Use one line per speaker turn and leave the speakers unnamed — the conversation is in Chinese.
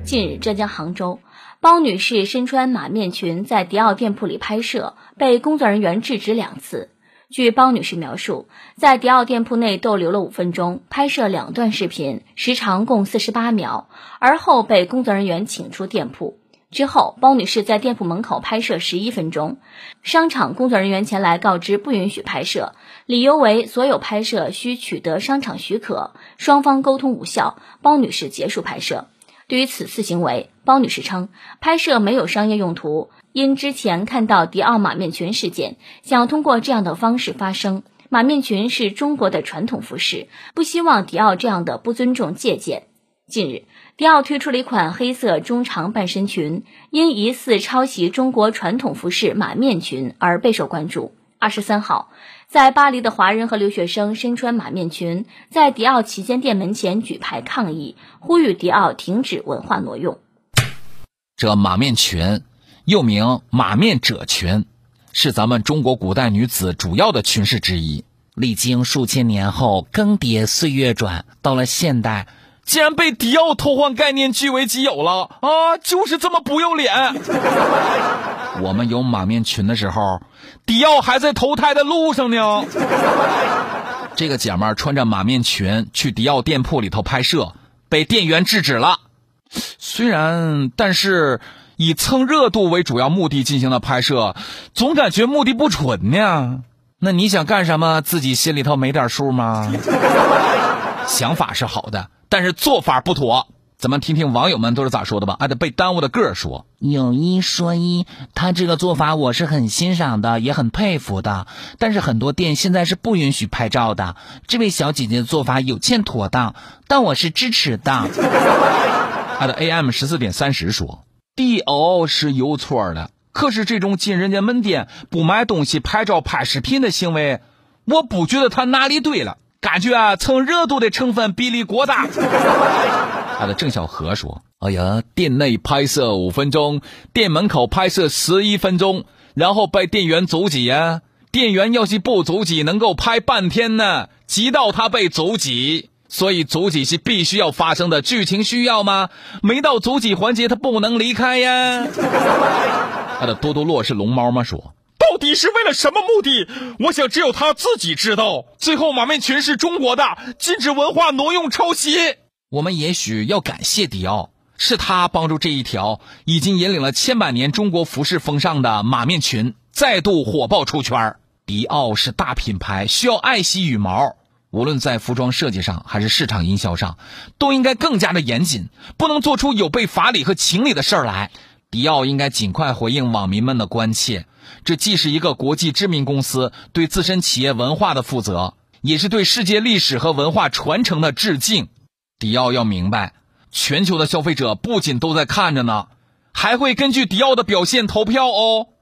近日，浙江杭州，包女士身穿马面裙在迪奥店铺里拍摄，被工作人员制止2次。据包女士描述，在迪奥店铺内逗留了5分钟，拍摄2段视频，时长共48秒，而后被工作人员请出店铺。之后，包女士在店铺门口拍摄11分钟，商场工作人员前来告知不允许拍摄，理由为所有拍摄需取得商场许可，双方沟通无效，包女士结束拍摄。对于此次行为，包女士称，拍摄没有商业用途，因之前看到迪奥马面裙事件，想通过这样的方式发声。马面裙是中国的传统服饰，不希望迪奥这样的不尊重借鉴。近日，迪奥推出了一款黑色中长半身裙，因疑似抄袭中国传统服饰马面裙而备受关注。23号，在巴黎的华人和留学生身穿马面裙，在迪奥旗舰店门前举牌抗议，呼吁迪奥停止文化挪用。
这马面裙又名马面褶裙，是咱们中国古代女子主要的裙饰之一。
历经数千年后更迭岁月转，到了现代，
竟然被迪奥偷换概念据为己有了啊！就是这么不要脸。我们有马面裙的时候，迪奥还在投胎的路上呢。这个姐们儿穿着马面裙去迪奥店铺里头拍摄，被店员制止了。但是以蹭热度为主要目的进行的拍摄，总感觉目的不纯呢。
那你想干什么？自己心里头没点数吗？
想法是好的，但是做法不妥。咱们听听网友们都是咋说的吧。按照被耽误的个说，
有一说一，他这个做法我是很欣赏的，也很佩服的，但是很多店现在是不允许拍照的，这位小姐姐的做法有欠妥当，但我是支持的。
按照 AM 14.30说，迪奥是有错的，可是这种进人家门店不买东西拍照拍视频的行为，我不觉得他哪里对了，感觉蹭热度的成分比例过大。他的郑小和说，哎呀，店内拍摄5分钟，店门口拍摄11分钟，然后被店员阻止呀。店员要是不阻止，能够拍半天呢，急到他被阻止。所以阻止是必须要发生的，剧情需要吗？没到阻止环节他不能离开呀。他的多多洛是龙猫吗说，到底是为了什么目的？我想只有他自己知道。最后马面裙是中国的，禁止文化挪用抄袭。我们也许要感谢迪奥，是他帮助这一条已经引领了千百年中国服饰风尚的马面裙再度火爆出圈。迪奥是大品牌，需要爱惜羽毛，无论在服装设计上还是市场营销上，都应该更加的严谨，不能做出有悖法理和情理的事儿来。迪奥应该尽快回应网民们的关切，这既是一个国际知名公司对自身企业文化的负责，也是对世界历史和文化传承的致敬。迪奥要明白，全球的消费者不仅都在看着呢，还会根据迪奥的表现投票哦。